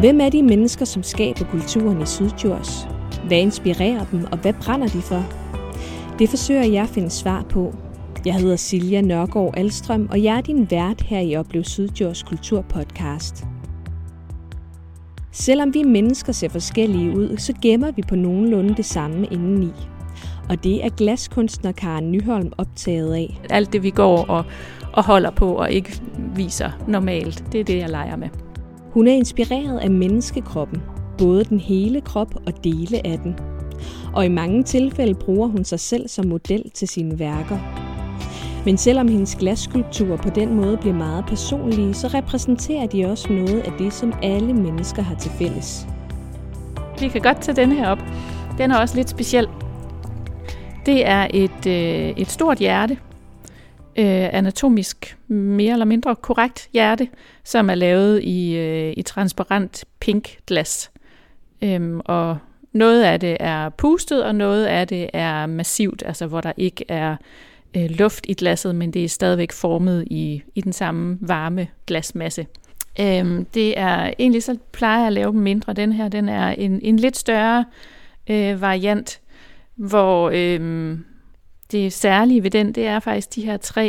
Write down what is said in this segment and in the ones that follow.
Hvem er de mennesker, som skaber kulturen i Syddjurs? Hvad inspirerer dem, og hvad brænder de for? Det forsøger jeg at finde svar på. Jeg hedder Silja Nørgaard Alstrøm, og jeg er din vært her i Oplev Syddjurs Kulturpodcast. Selvom vi mennesker ser forskellige ud, så gemmer vi på nogenlunde det samme indeni. Og det er glaskunstner Karen Nyholm optaget af. Alt det, vi går og holder på og ikke viser normalt, det er det, jeg leger med. Hun er inspireret af menneskekroppen, både den hele krop og dele af den. Og i mange tilfælde bruger hun sig selv som model til sine værker. Men selvom hendes glasskulpturer på den måde bliver meget personlige, så repræsenterer de også noget af det, som alle mennesker har til fælles. Vi kan godt tage denne her op. Den er også lidt speciel. Det er et stort hjerte, anatomisk mere eller mindre korrekt hjerte, som er lavet i transparent pink glas. Og noget af det er pustet, og noget af det er massivt, altså hvor der ikke er luft i glasset, men det er stadigvæk formet i den samme varme glasmasse. Det er egentlig, så plejer jeg at lave dem mindre. Den her, den er en lidt større variant, hvor det særlige ved den, det er faktisk de her 3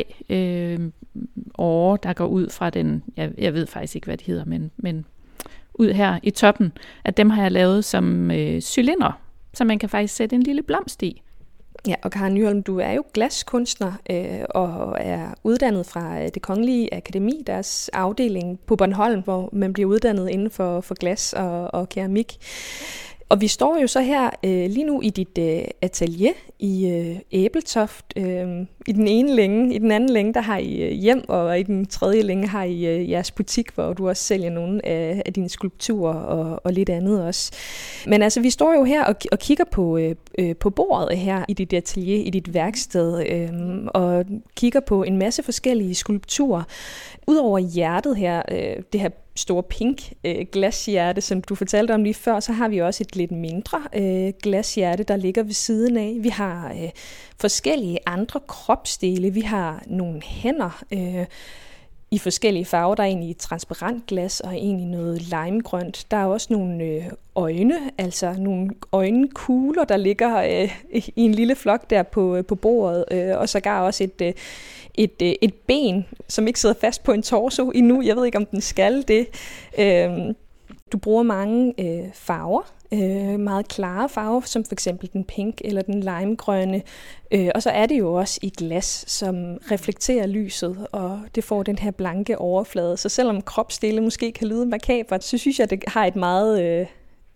årer, der går ud fra den, jeg ved faktisk ikke, hvad de hedder, men ud her i toppen, at dem har jeg lavet som cylindre, så man kan faktisk sætte en lille blomst i. Ja, og Karen Nyholm, du er jo glaskunstner og er uddannet fra Det Kongelige Akademi, deres afdeling på Bornholm, hvor man bliver uddannet inden for glas og keramik. Og vi står jo så her lige nu i dit atelier i Ebeltoft. I den ene længe, i den anden længe, der har I hjem, og i den tredje længe har I jeres butik, hvor du også sælger nogle af dine skulpturer og lidt andet også. Men altså, vi står jo her og kigger på bordet her i dit atelier, i dit værksted, og kigger på en masse forskellige skulpturer. Udover hjertet her, det her store pink glashjerte, som du fortalte om lige før, så har vi også et lidt mindre glashjerte, der ligger ved siden af. Vi har forskellige andre kropsdele. Vi har nogle hænder i forskellige farver. Der er egentlig transparent glas og egentlig noget limegrønt. Der er også nogle øjne, altså nogle øjenkugler, der ligger i en lille flok der på bordet, og sågar også et ben, som ikke sidder fast på en torso endnu. Jeg ved ikke, om den skal det. Du bruger mange farver, meget klare farver, som for eksempel den pink eller den limegrønne. Og så er det jo også i glas, som reflekterer lyset, og det får den her blanke overflade. Så selvom kropsdele måske kan lyde makabert, så synes jeg, at det har et meget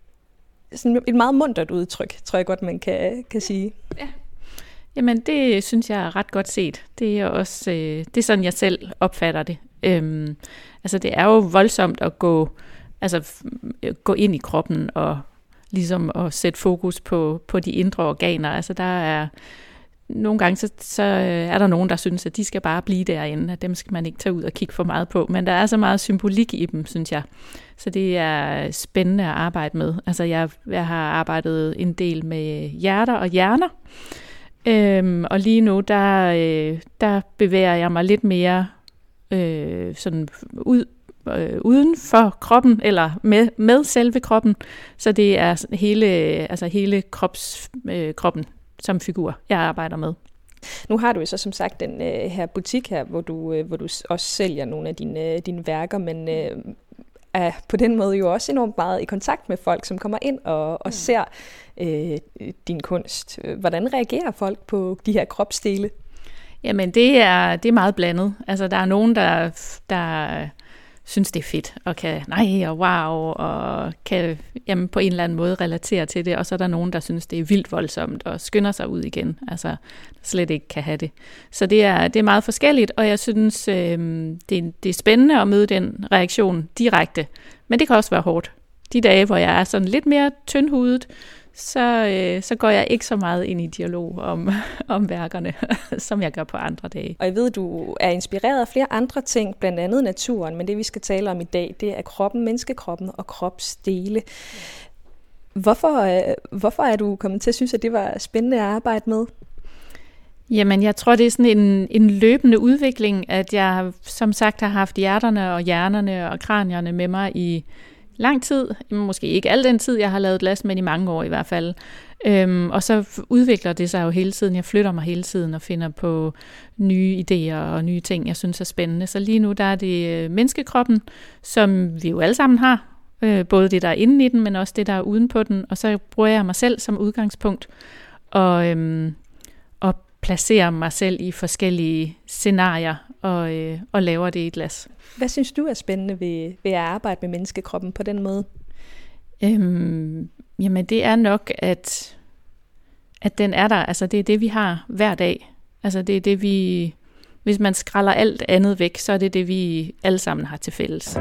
muntert udtryk, tror jeg godt, man kan sige. Ja. Jamen, det synes jeg er ret godt set. Det er også det er sådan, jeg selv opfatter det. Altså, det er jo voldsomt at gå ind i kroppen og ligesom at sætte fokus på de indre organer. Altså, der er nogle gange, så er der nogen, der synes, at de skal bare blive derinde, at dem skal man ikke tage ud og kigge for meget på. Men der er så meget symbolik i dem, synes jeg. Så det er spændende at arbejde med. Altså, jeg har arbejdet en del med hjerter og hjerner. Og lige nu, der bevæger jeg mig lidt mere sådan uden for kroppen, eller med selve kroppen. Så det er hele kroppen som figur, jeg arbejder med. Nu har du jo så som sagt den her butik her, hvor du også sælger nogle af dine værker, men er på den måde jo også enormt meget i kontakt med folk, som kommer ind og ser din kunst. Hvordan reagerer folk på de her kropsdele? Jamen, det er meget blandet. Altså, der er nogen, der synes, det er fedt, og kan, og wow, og kan på en eller anden måde relatere til det, og så er der nogen, der synes, det er vildt voldsomt, og skynder sig ud igen, altså slet ikke kan have det. Så det er meget forskelligt, og jeg synes, det er spændende at møde den reaktion direkte, men det kan også være hårdt. De dage, hvor jeg er sådan lidt mere tyndhudet, så går jeg ikke så meget ind i dialog om værkerne, som jeg gør på andre dage. Og jeg ved, du er inspireret af flere andre ting, blandt andet naturen, men det vi skal tale om i dag, det er kroppen, menneskekroppen og kropsdele. Hvorfor er du kommet til at synes, at det var spændende at arbejde med? Jamen, jeg tror, det er sådan en løbende udvikling, at jeg som sagt har haft hjerterne og hjernerne og kranierne med mig lang tid, måske ikke al den tid, jeg har lavet glas, men i mange år i hvert fald. Og så udvikler det sig jo hele tiden. Jeg flytter mig hele tiden og finder på nye idéer og nye ting, jeg synes er spændende. Så lige nu der er det menneskekroppen, som vi jo alle sammen har. Både det, der er inde i den, men også det, der er uden på den. Og så bruger jeg mig selv som udgangspunkt og placerer mig selv i forskellige scenarier og laver det i et glas. Hvad synes du er spændende ved at arbejde med menneskekroppen på den måde? Jamen det er nok, at den er der. Altså det er det, vi har hver dag. Altså det er det, vi... Hvis man skræller alt andet væk, så er det det, vi alle sammen har til fælles.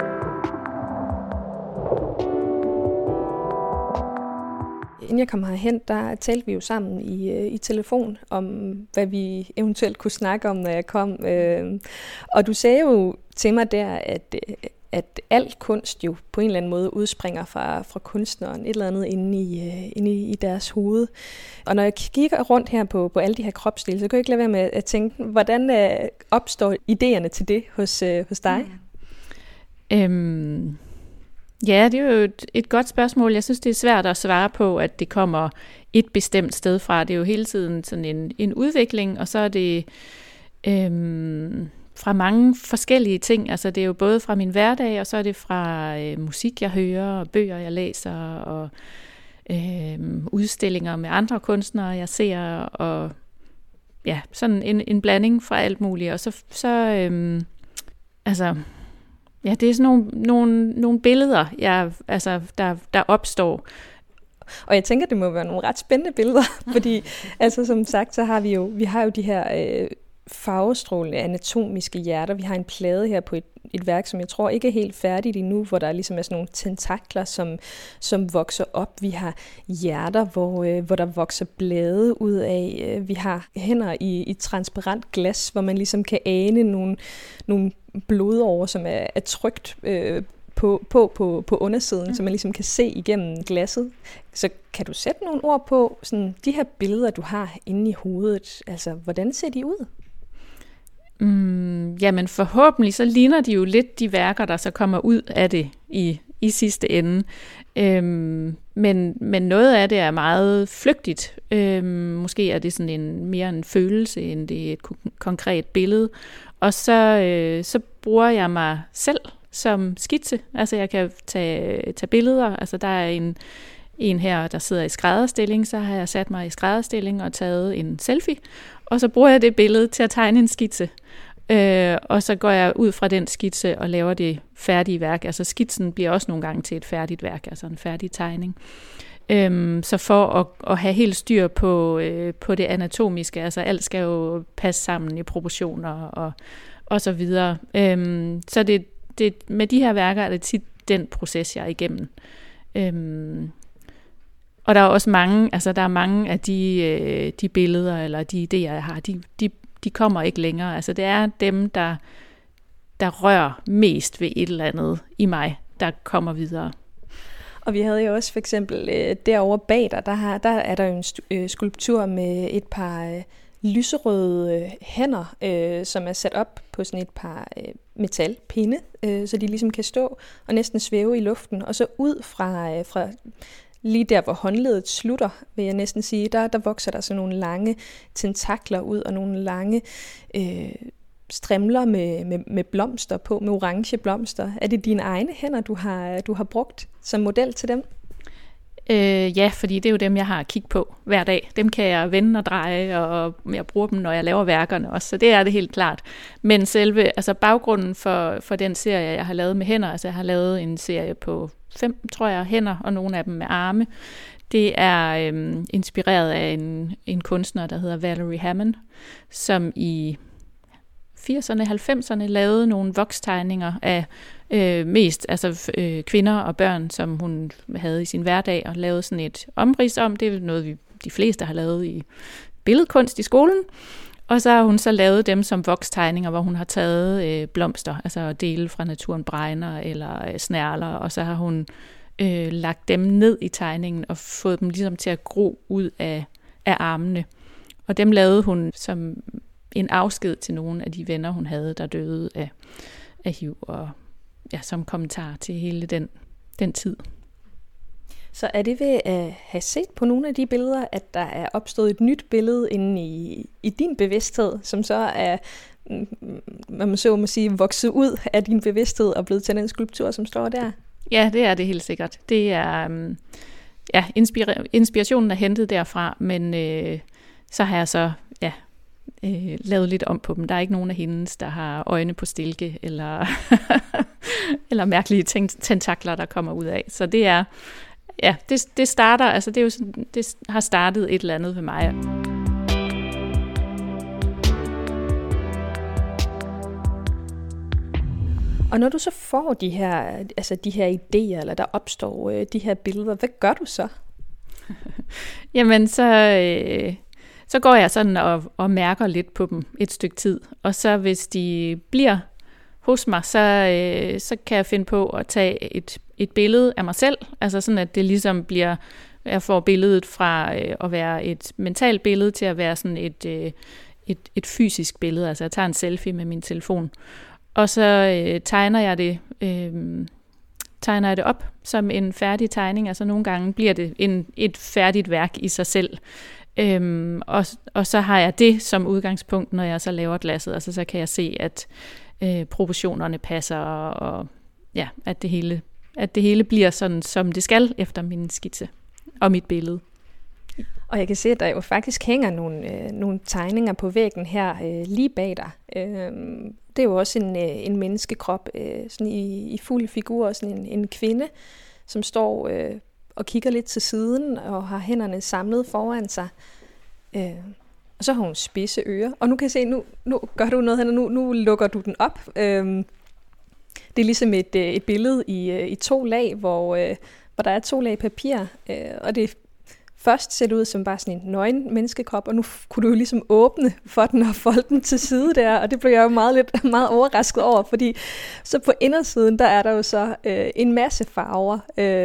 Inden jeg kom herhen, der talte vi jo sammen i telefon om, hvad vi eventuelt kunne snakke om, når jeg kom. Og du sagde jo til mig der, at al kunst jo på en eller anden måde udspringer fra kunstneren, et eller andet inde i deres hoved. Og når jeg kigger rundt her på alle de her kropsdele, så kan jeg ikke lade være med at tænke, hvordan opstår idéerne til det hos dig? Ja, det er jo et godt spørgsmål. Jeg synes, det er svært at svare på, at det kommer et bestemt sted fra. Det er jo hele tiden sådan en udvikling, og så er det fra mange forskellige ting. Altså det er jo både fra min hverdag, og så er det fra musik, jeg hører, og bøger, jeg læser, og udstillinger med andre kunstnere, jeg ser, og ja, sådan en blanding fra alt muligt. Og ja, det er sådan nogle billeder, der opstår. Og jeg tænker, det må være nogle ret spændende billeder, fordi altså, som sagt, så har vi jo de her farvestrålende anatomiske hjerter. Vi har en plade her på et værk, som jeg tror ikke er helt færdigt endnu, hvor der ligesom er sådan nogle tentakler, som vokser op. Vi har hjerter, hvor der vokser blade ud af. Vi har hænder i transparent glas, hvor man ligesom kan ane nogle blodårer, som er trykt på undersiden, så man ligesom kan se igennem glasset. Så kan du sætte nogle ord på sådan, de her billeder, du har inde i hovedet? Altså, hvordan ser de ud? Jamen forhåbentlig så ligner de jo lidt de værker, der så kommer ud af det i sidste ende. Men noget af det er meget flygtigt. Måske er det sådan mere en følelse, end det er et konkret billede. Og så bruger jeg mig selv som skitse. Altså jeg kan tage billeder. Altså der er en her, der sidder i skrædderstilling, så har jeg sat mig i skrædderstilling og taget en selfie. Og så bruger jeg det billede til at tegne en skitse. Og så går jeg ud fra den skitse og laver det færdige værk. Altså skitsen bliver også nogle gange til et færdigt værk, altså en færdig tegning. Så for at have helt styr på det anatomiske, altså alt skal jo passe sammen i proportioner og så videre. Så det med de her værker er det tit den proces, jeg er igennem. Og der er også mange af de billeder eller de idéer, jeg har, de kommer ikke længere. Altså det er dem, der rører mest ved et eller andet i mig, der kommer videre. Og vi havde jo også for eksempel derovre bag dig, der er der jo en skulptur med et par lyserøde hænder, som er sat op på sådan et par metalpinde, så de ligesom kan stå og næsten svæve i luften. Og så ud fra lige der, hvor håndledet slutter, vil jeg næsten sige, der vokser der sådan nogle lange tentakler ud, og nogle lange strimler med blomster på, med orange blomster. Er det dine egne hænder, du har brugt som model til dem? Ja, fordi det er jo dem, jeg har at kigge på hver dag. Dem kan jeg vende og dreje, og jeg bruger dem, når jeg laver værkerne også, så det er det helt klart. Men baggrunden for den serie, jeg har lavet med hænder, altså jeg har lavet en serie på 5, tror jeg, hænder, og nogle af dem med arme. Det er inspireret af en kunstner, der hedder Valerie Hammond, som i 80'erne, 90'erne lavede nogle vokstegninger af mest kvinder og børn, som hun havde i sin hverdag, og lavede sådan et omrids om. Det er noget, de fleste har lavet i billedkunst i skolen. Og så har hun så lavet dem som vokstegninger, hvor hun har taget blomster, altså dele fra naturen, bregner eller snærler, og så har hun lagt dem ned i tegningen og fået dem ligesom til at gro ud af armene. Og dem lavede hun som en afsked til nogle af de venner, hun havde, der døde af HIV, og ja, som kommentar til hele den den tid. Så er det ved at have set på nogle af de billeder, at der er opstået et nyt billede inde i din bevidsthed, som så er, man må sige, vokset ud af din bevidsthed og blevet til den skulptur, som står der? Ja, det er det helt sikkert. Det er, inspirationen er hentet derfra, men så har jeg så lavet lidt om på dem. Der er ikke nogen af hendes, der har øjne på stilke, eller, eller mærkelige tentakler, der kommer ud af. Så det er, det starter, altså det er jo sådan, det har startet et eller andet ved mig. Og når du så får de her idéer, eller der opstår de her billeder, hvad gør du så? Jamen, så går jeg sådan og mærker lidt på dem et stykke tid. Og så hvis de bliver hos mig, så kan jeg finde på at tage et billede af mig selv. Altså sådan, at det ligesom bliver, jeg får billedet fra at være et mentalt billede til at være sådan et fysisk billede. Altså jeg tager en selfie med min telefon. Og så tegner jeg det op som en færdig tegning. Altså nogle gange bliver det et færdigt værk i sig selv. Og så har jeg det som udgangspunkt, når jeg så laver glasset. Altså så kan jeg se, at proportionerne passer, og ja, at det hele bliver sådan, som det skal efter min skitse og mit billede. Og jeg kan se, at der jo faktisk hænger nogle tegninger på væggen her lige bag dig. Det er jo også en menneskekrop sådan i fuld figur, sådan en kvinde, som står og kigger lidt til siden og har hænderne samlet foran sig. Og så har hun spidse ører. Og nu kan jeg se, nu gør du noget her, nu lukker du den op. Det er ligesom et billede i 2 lag, hvor der er 2 lag papir, og det først ser det ud som bare sådan en nøgen menneskekrop, og nu kunne du jo ligesom åbne for den og folde den til side der, og det blev jeg jo meget overrasket over, fordi så på indersiden, der er der jo så en masse farver,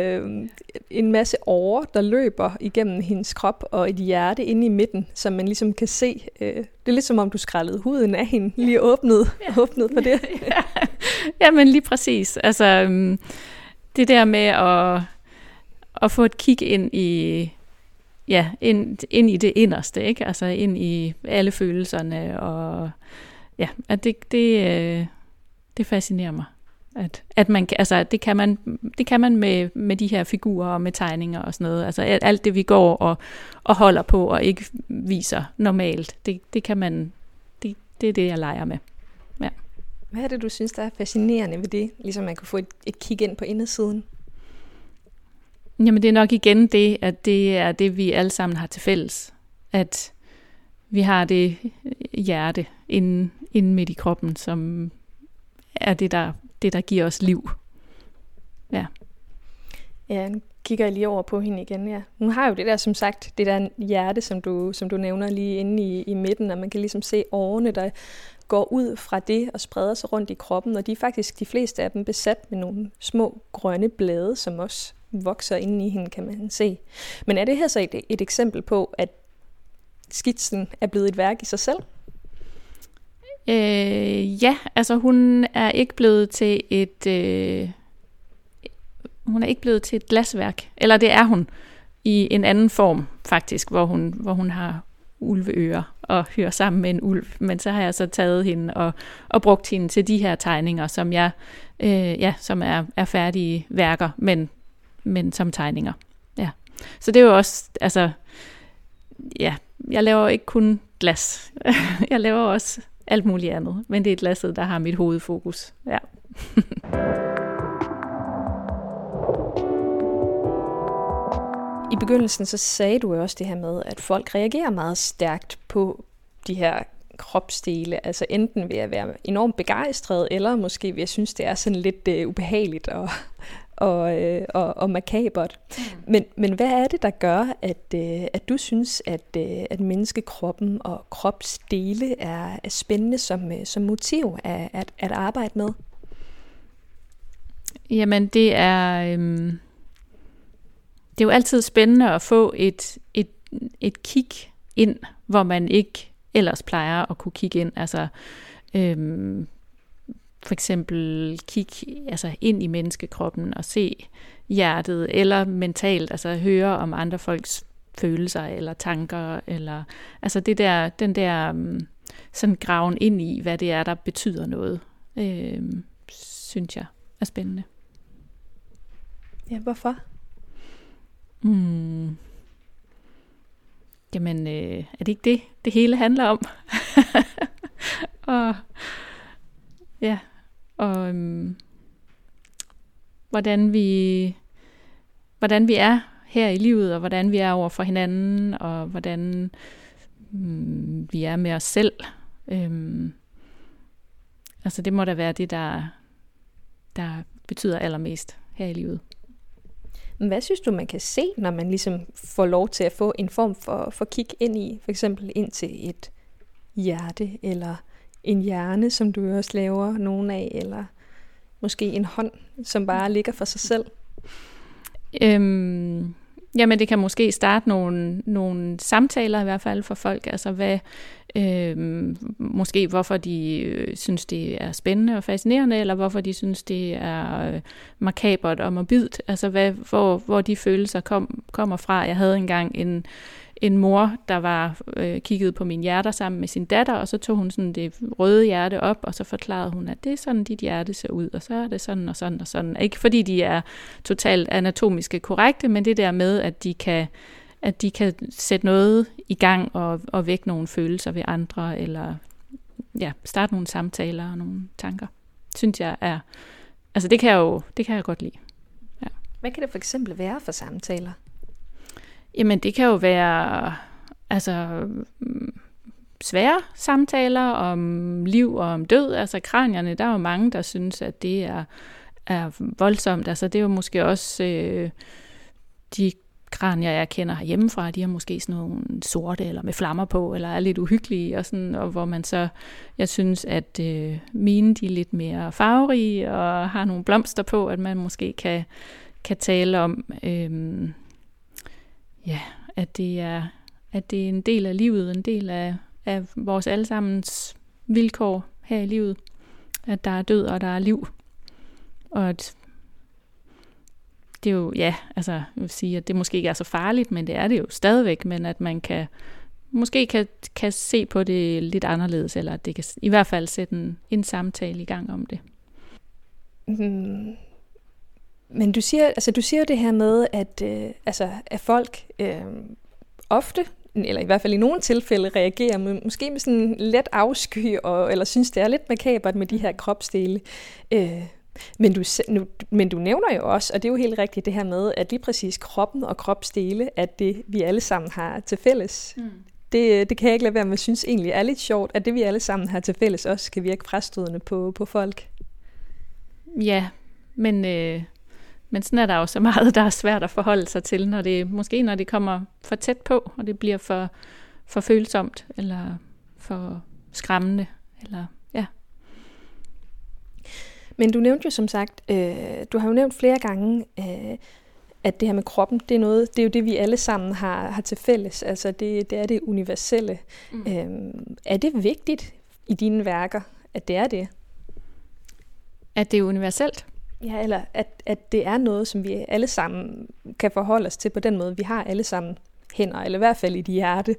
en masse årer, der løber igennem hendes krop, og et hjerte inde i midten, som man ligesom kan se. Det er lidt som om, du skrællede huden af hende, lige åbnet for det. Ja, men lige præcis. Altså, det der med at få et kig ind i ind i det inderste, ikke? Altså ind i alle følelserne, og ja, at det fascinerer mig. At man, altså det kan man med de her figurer og med tegninger og sådan noget. Altså alt det vi går og holder på og ikke viser normalt, det kan man, det er det jeg leger med. Ja. Hvad er det du synes der er fascinerende ved det, ligesom man kan få et kig ind på indersiden? Jamen det er nok igen det, at det er det, vi alle sammen har til fælles. At vi har det hjerte inde midt i kroppen, som er det, der giver os liv. Ja. Ja, nu kigger jeg lige over på hende igen, ja. Hun har jo det der, som sagt, det der hjerte, som du nævner lige inde i midten, og man kan ligesom se årene, der går ud fra det og spreder sig rundt i kroppen, og de er faktisk de fleste af dem besat med nogle små grønne blade, som også vokser inde i hende, kan man se. Men er det her så et eksempel på, at skitsen er blevet et værk i sig selv? Ja, altså hun er ikke blevet til et glasværk, eller det er hun i en anden form faktisk, hvor hun har ulveører og hører sammen med en ulv. Men så har jeg så taget hende og brugt hende til de her tegninger, som som er færdige værker, men som tegninger. Ja. Så det er jo også, altså, ja, jeg laver ikke kun glas. Jeg laver også alt muligt andet, men det er glasset, der har mit hovedfokus. Ja. I begyndelsen så sagde du også det her med, at folk reagerer meget stærkt på de her kropsdele, altså enten ved at være enormt begejstret, eller måske ved at synes, det er sådan lidt ubehageligt og makabert. Men hvad er det, der gør, at du synes, at menneskekroppen og kropsdele er spændende som motiv at arbejde med? Jamen, det er jo altid spændende at få et kig ind, hvor man ikke ellers plejer at kunne kigge ind. Altså, for eksempel kigge ind i menneskekroppen og se hjertet, eller mentalt, høre om andre folks følelser eller tanker, eller den der sådan graven ind i, hvad det er, der betyder noget, synes jeg er spændende. Ja, hvorfor? Jamen, er det ikke det hele handler om? Og hvordan vi er her i livet, og hvordan vi er over for hinanden, og hvordan vi er med os selv. Det må da være det, der betyder allermest her i livet. Hvad synes du, man kan se, når man ligesom får lov til at få en form for kig ind i, for eksempel ind til et hjerte, eller en hjerne, som du også laver nogen af, eller måske en hånd, som bare ligger for sig selv? Jamen, det kan måske starte nogle samtaler i hvert fald for folk, måske hvorfor de synes, det er spændende og fascinerende, eller hvorfor de synes, det er makabert og morbidt, hvor de følelser kommer fra. Jeg havde engang en mor, der kiggede på mine hjerter sammen med sin datter, og så tog hun sådan det røde hjerte op, og så forklarede hun, at det er sådan, dit hjerte ser ud, og så er det sådan og sådan og sådan. Ikke fordi de er totalt anatomiske korrekte, men det der med, at de kan sætte noget i gang og vække nogle følelser ved andre, eller starte nogle samtaler og nogle tanker, synes jeg er... det kan jeg godt lide. Ja. Hvad kan det for eksempel være for samtaler? Jamen, det kan jo være svære samtaler om liv og om død. Kranierne, der er jo mange, der synes, at det er voldsomt. Det er jo måske også de kranier, jeg kender herhjemmefra, de har måske sådan nogle sorte eller med flammer på, eller er lidt uhyggelige, og hvor man så, jeg synes, at mine, de er lidt mere farverige og har nogle blomster på, at man måske kan tale om... at det er en del af livet, en del af vores allesammens vilkår her i livet, at der er død og der er liv, og at det er jo, jeg vil sige, at det måske ikke er så farligt, men det er det jo stadigvæk, men at man måske kan se på det lidt anderledes, eller at det kan i hvert fald sætte en samtale i gang om det. Men du siger det her med, at folk ofte, eller i hvert fald i nogle tilfælde, reagerer måske med sådan let afsky, eller synes, det er lidt makabert med de her kropsdele. Men du nævner jo også, og det er jo helt rigtigt, det her med, at lige præcis kroppen og kropsdele er det, vi alle sammen har til fælles. Det kan jeg ikke lade være med at synes egentlig er lidt sjovt, at det, vi alle sammen har til fælles, også kan virke frastødende på folk. Ja, men sådan er der jo så meget, der er svært at forholde sig til, når det kommer for tæt på, og det bliver for følsomt, eller for skræmmende, eller ja. Men du nævnte jo som sagt, du har jo nævnt flere gange, at det her med kroppen, det er jo det, vi alle sammen har til fælles. Det er det universelle. Er det vigtigt i dine værker, at det er det? At det er universelt? Ja, eller at det er noget, som vi alle sammen kan forholde os til på den måde. Vi har alle sammen hænder, eller i hvert fald i dit hjerte.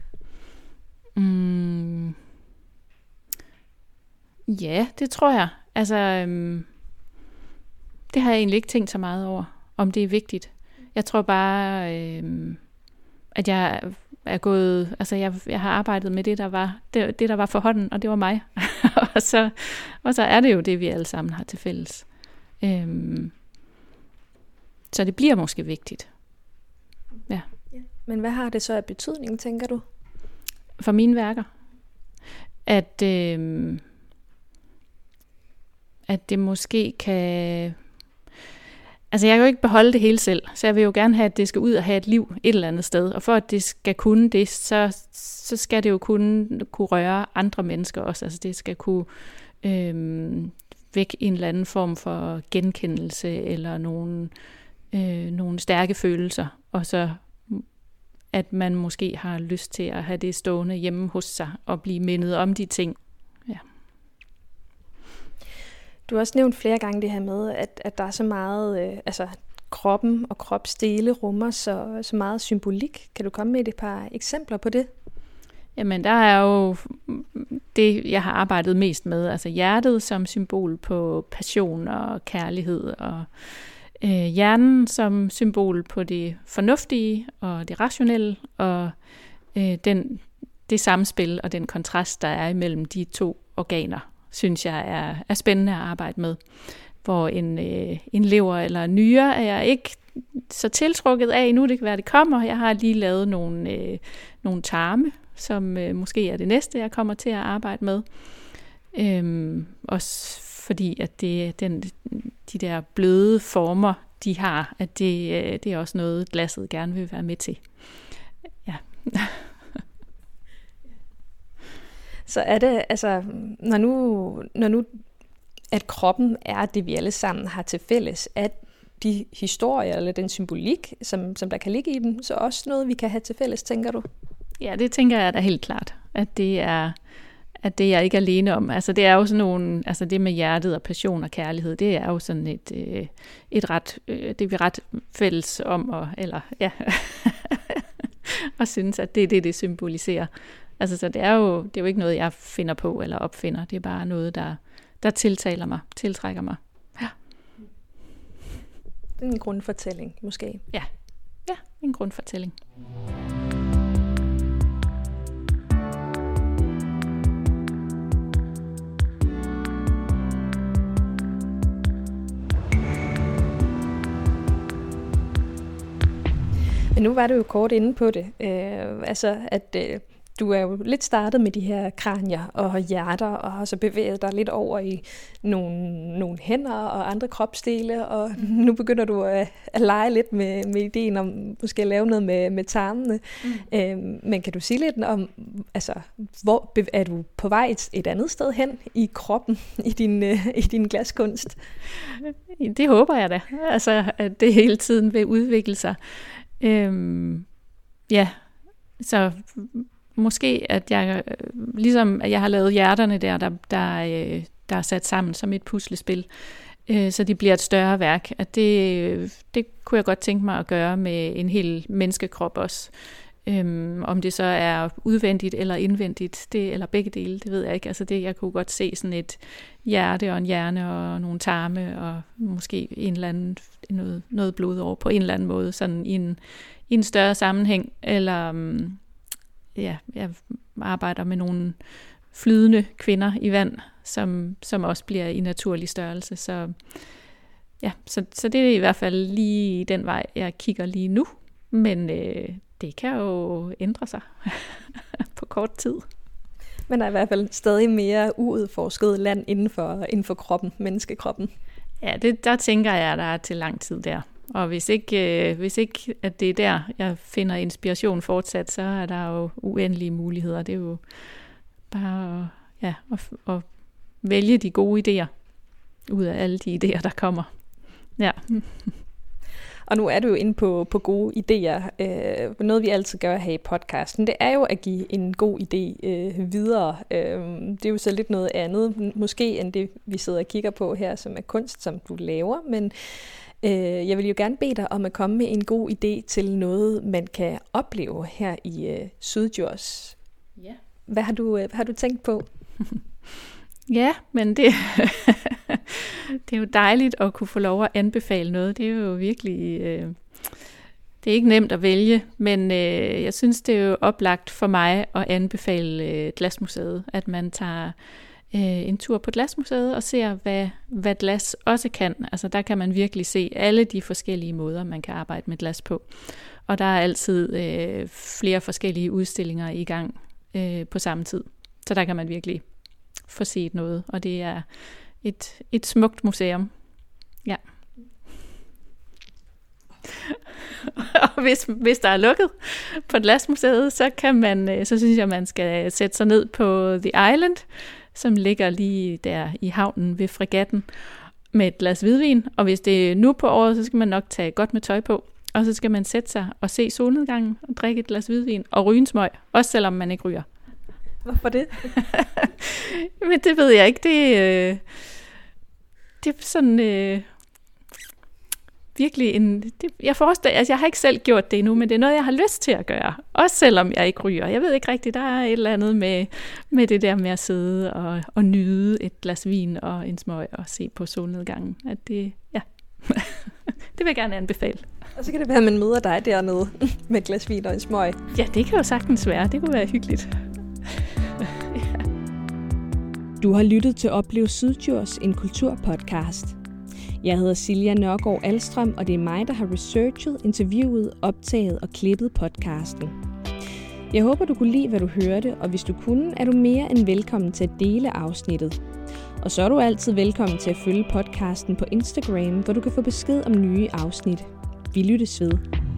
Ja, det tror jeg. Det har jeg egentlig ikke tænkt så meget over, om det er vigtigt. Jeg tror bare, at jeg er gået... jeg har arbejdet med det, der var for hånden, og det var mig. og så er det jo det, vi alle sammen har til fælles. Så det bliver måske vigtigt. Ja. Men hvad har det så af betydning, tænker du? For mine værker? At det måske kan... jeg kan jo ikke beholde det hele selv, så jeg vil jo gerne have, at det skal ud og have et liv et eller andet sted. Og for at det skal kunne det, så skal det jo kunne røre andre mennesker også. Det skal kunne vække en eller anden form for genkendelse, eller nogle stærke følelser. Og så at man måske har lyst til at have det stående hjemme hos sig, og blive mindet om de ting. Ja. Du har også nævnt flere gange det her med, at der er så meget, kroppen og kropsdele rummer så meget symbolik. Kan du komme med et par eksempler på det? Jamen, der er jo det, jeg har arbejdet mest med, altså hjertet som symbol på passion og kærlighed, og hjernen som symbol på det fornuftige og det rationelle, og det samspil og den kontrast, der er imellem de to organer, synes jeg er spændende at arbejde med. Hvor en lever eller en nyre er jeg ikke så tiltrukket af nu, det kan være, det kommer. Jeg har lige lavet nogle tarme, som måske er det næste, jeg kommer til at arbejde med. Også fordi, at de der bløde former, de har, at det er også noget, glasset gerne vil være med til. Ja. Så er det, altså, når nu at kroppen er det, vi alle sammen har til fælles, at de historier eller den symbolik, som der kan ligge i dem, så også noget, vi kan have til fælles, tænker du? Ja, det tænker jeg da helt klart, at det er jeg ikke alene om. Altså det er jo sådan nogle, altså det med hjertet og passion og kærlighed, det er jo sådan et ret, det er vi ret fælles om, og synes, at det er det symboliserer. Altså så det er jo ikke noget, jeg finder på eller opfinder, det er bare noget, der tiltrækker mig. Ja. Det er en grundfortælling, måske. Ja, en grundfortælling. Men nu var du jo kort inde på det, du er jo lidt startet med de her kranier og hjerter, og har så bevæget dig lidt over i nogle hænder og andre kropsdele, og nu begynder du at lege lidt med ideen om måske at lave noget med tarmene. Men kan du sige lidt om, altså, hvor er du på vej et andet sted hen i kroppen, i din glaskunst? Det håber jeg da, altså, at det hele tiden vil udvikle sig. Så måske, at jeg, ligesom at jeg har lavet hjerterne der er sat sammen som et puslespil, så de bliver et større værk. At det kunne jeg godt tænke mig at gøre med en hel menneskekrop også. Om det så er udvendigt eller indvendigt, eller begge dele, det ved jeg ikke. Altså jeg kunne godt se sådan et hjerte og en hjerne og nogle tarme og måske en eller anden, noget blod over på en eller anden måde, sådan i en større sammenhæng. Eller jeg arbejder med nogle flydende kvinder i vand, som også bliver i naturlig størrelse. Så det er i hvert fald lige den vej, jeg kigger lige nu. Men det kan jo ændre sig på kort tid. Men der er i hvert fald stadig mere uudforsket land inden for kroppen, menneskekroppen. Ja, der tænker jeg, der er til lang tid der. Og hvis ikke at det er der, jeg finder inspiration fortsat, så er der jo uendelige muligheder. Det er jo bare at vælge de gode idéer ud af alle de idéer, der kommer. Ja. Og nu er du jo inde på gode idéer. Noget vi altid gør her i podcasten, det er jo at give en god idé videre. Det er jo så lidt noget andet, måske end det vi sidder og kigger på her, som er kunst, som du laver. Men jeg vil jo gerne bede dig om at komme med en god idé til noget, man kan opleve her i Syddjurs. Ja. Hvad har du tænkt på? Ja, men det er jo dejligt at kunne få lov at anbefale noget. Det er jo virkelig, det er ikke nemt at vælge, men jeg synes, det er jo oplagt for mig at anbefale Glasmuseet, at man tager en tur på Glasmuseet og ser, hvad glas også kan. Altså der kan man virkelig se alle de forskellige måder, man kan arbejde med glas på. Og der er altid flere forskellige udstillinger i gang på samme tid. Så der kan man virkelig få set noget, og det er et smukt museum. Ja. Og hvis der er lukket på Glasmuseet, så synes jeg, man skal sætte sig ned på The Island, som ligger lige der i havnen ved fregatten, med et glas hvidvin. Og hvis det er nu på året, så skal man nok tage godt med tøj på, og så skal man sætte sig og se solnedgangen og drikke et glas hvidvin og ryge en smøg, også selvom man ikke ryger. Hvorfor det? Men det ved jeg ikke. det er sådan virkelig jeg forestiller, altså jeg har ikke selv gjort det endnu, men det er noget, jeg har lyst til at gøre. Også selvom jeg ikke ryger. Jeg ved ikke rigtigt, der er et eller andet med det der med at sidde og nyde et glas vin og en smøg og se på solnedgangen. At det vil jeg gerne anbefale. Og så kan det være, at man møder dig dernede med et glas vin og en smøg. Ja, det kan jo sagtens være. Det kunne være hyggeligt. Du har lyttet til Oplev Syddjurs, en kulturpodcast. Jeg hedder Silja Nørgaard Alstrøm, og det er mig, der har researchet, interviewet, optaget og klippet podcasten. Jeg håber, du kunne lide, hvad du hørte, og hvis du kunne, er du mere end velkommen til at dele afsnittet. Og så er du altid velkommen til at følge podcasten på Instagram, hvor du kan få besked om nye afsnit. Vi lyttes ved.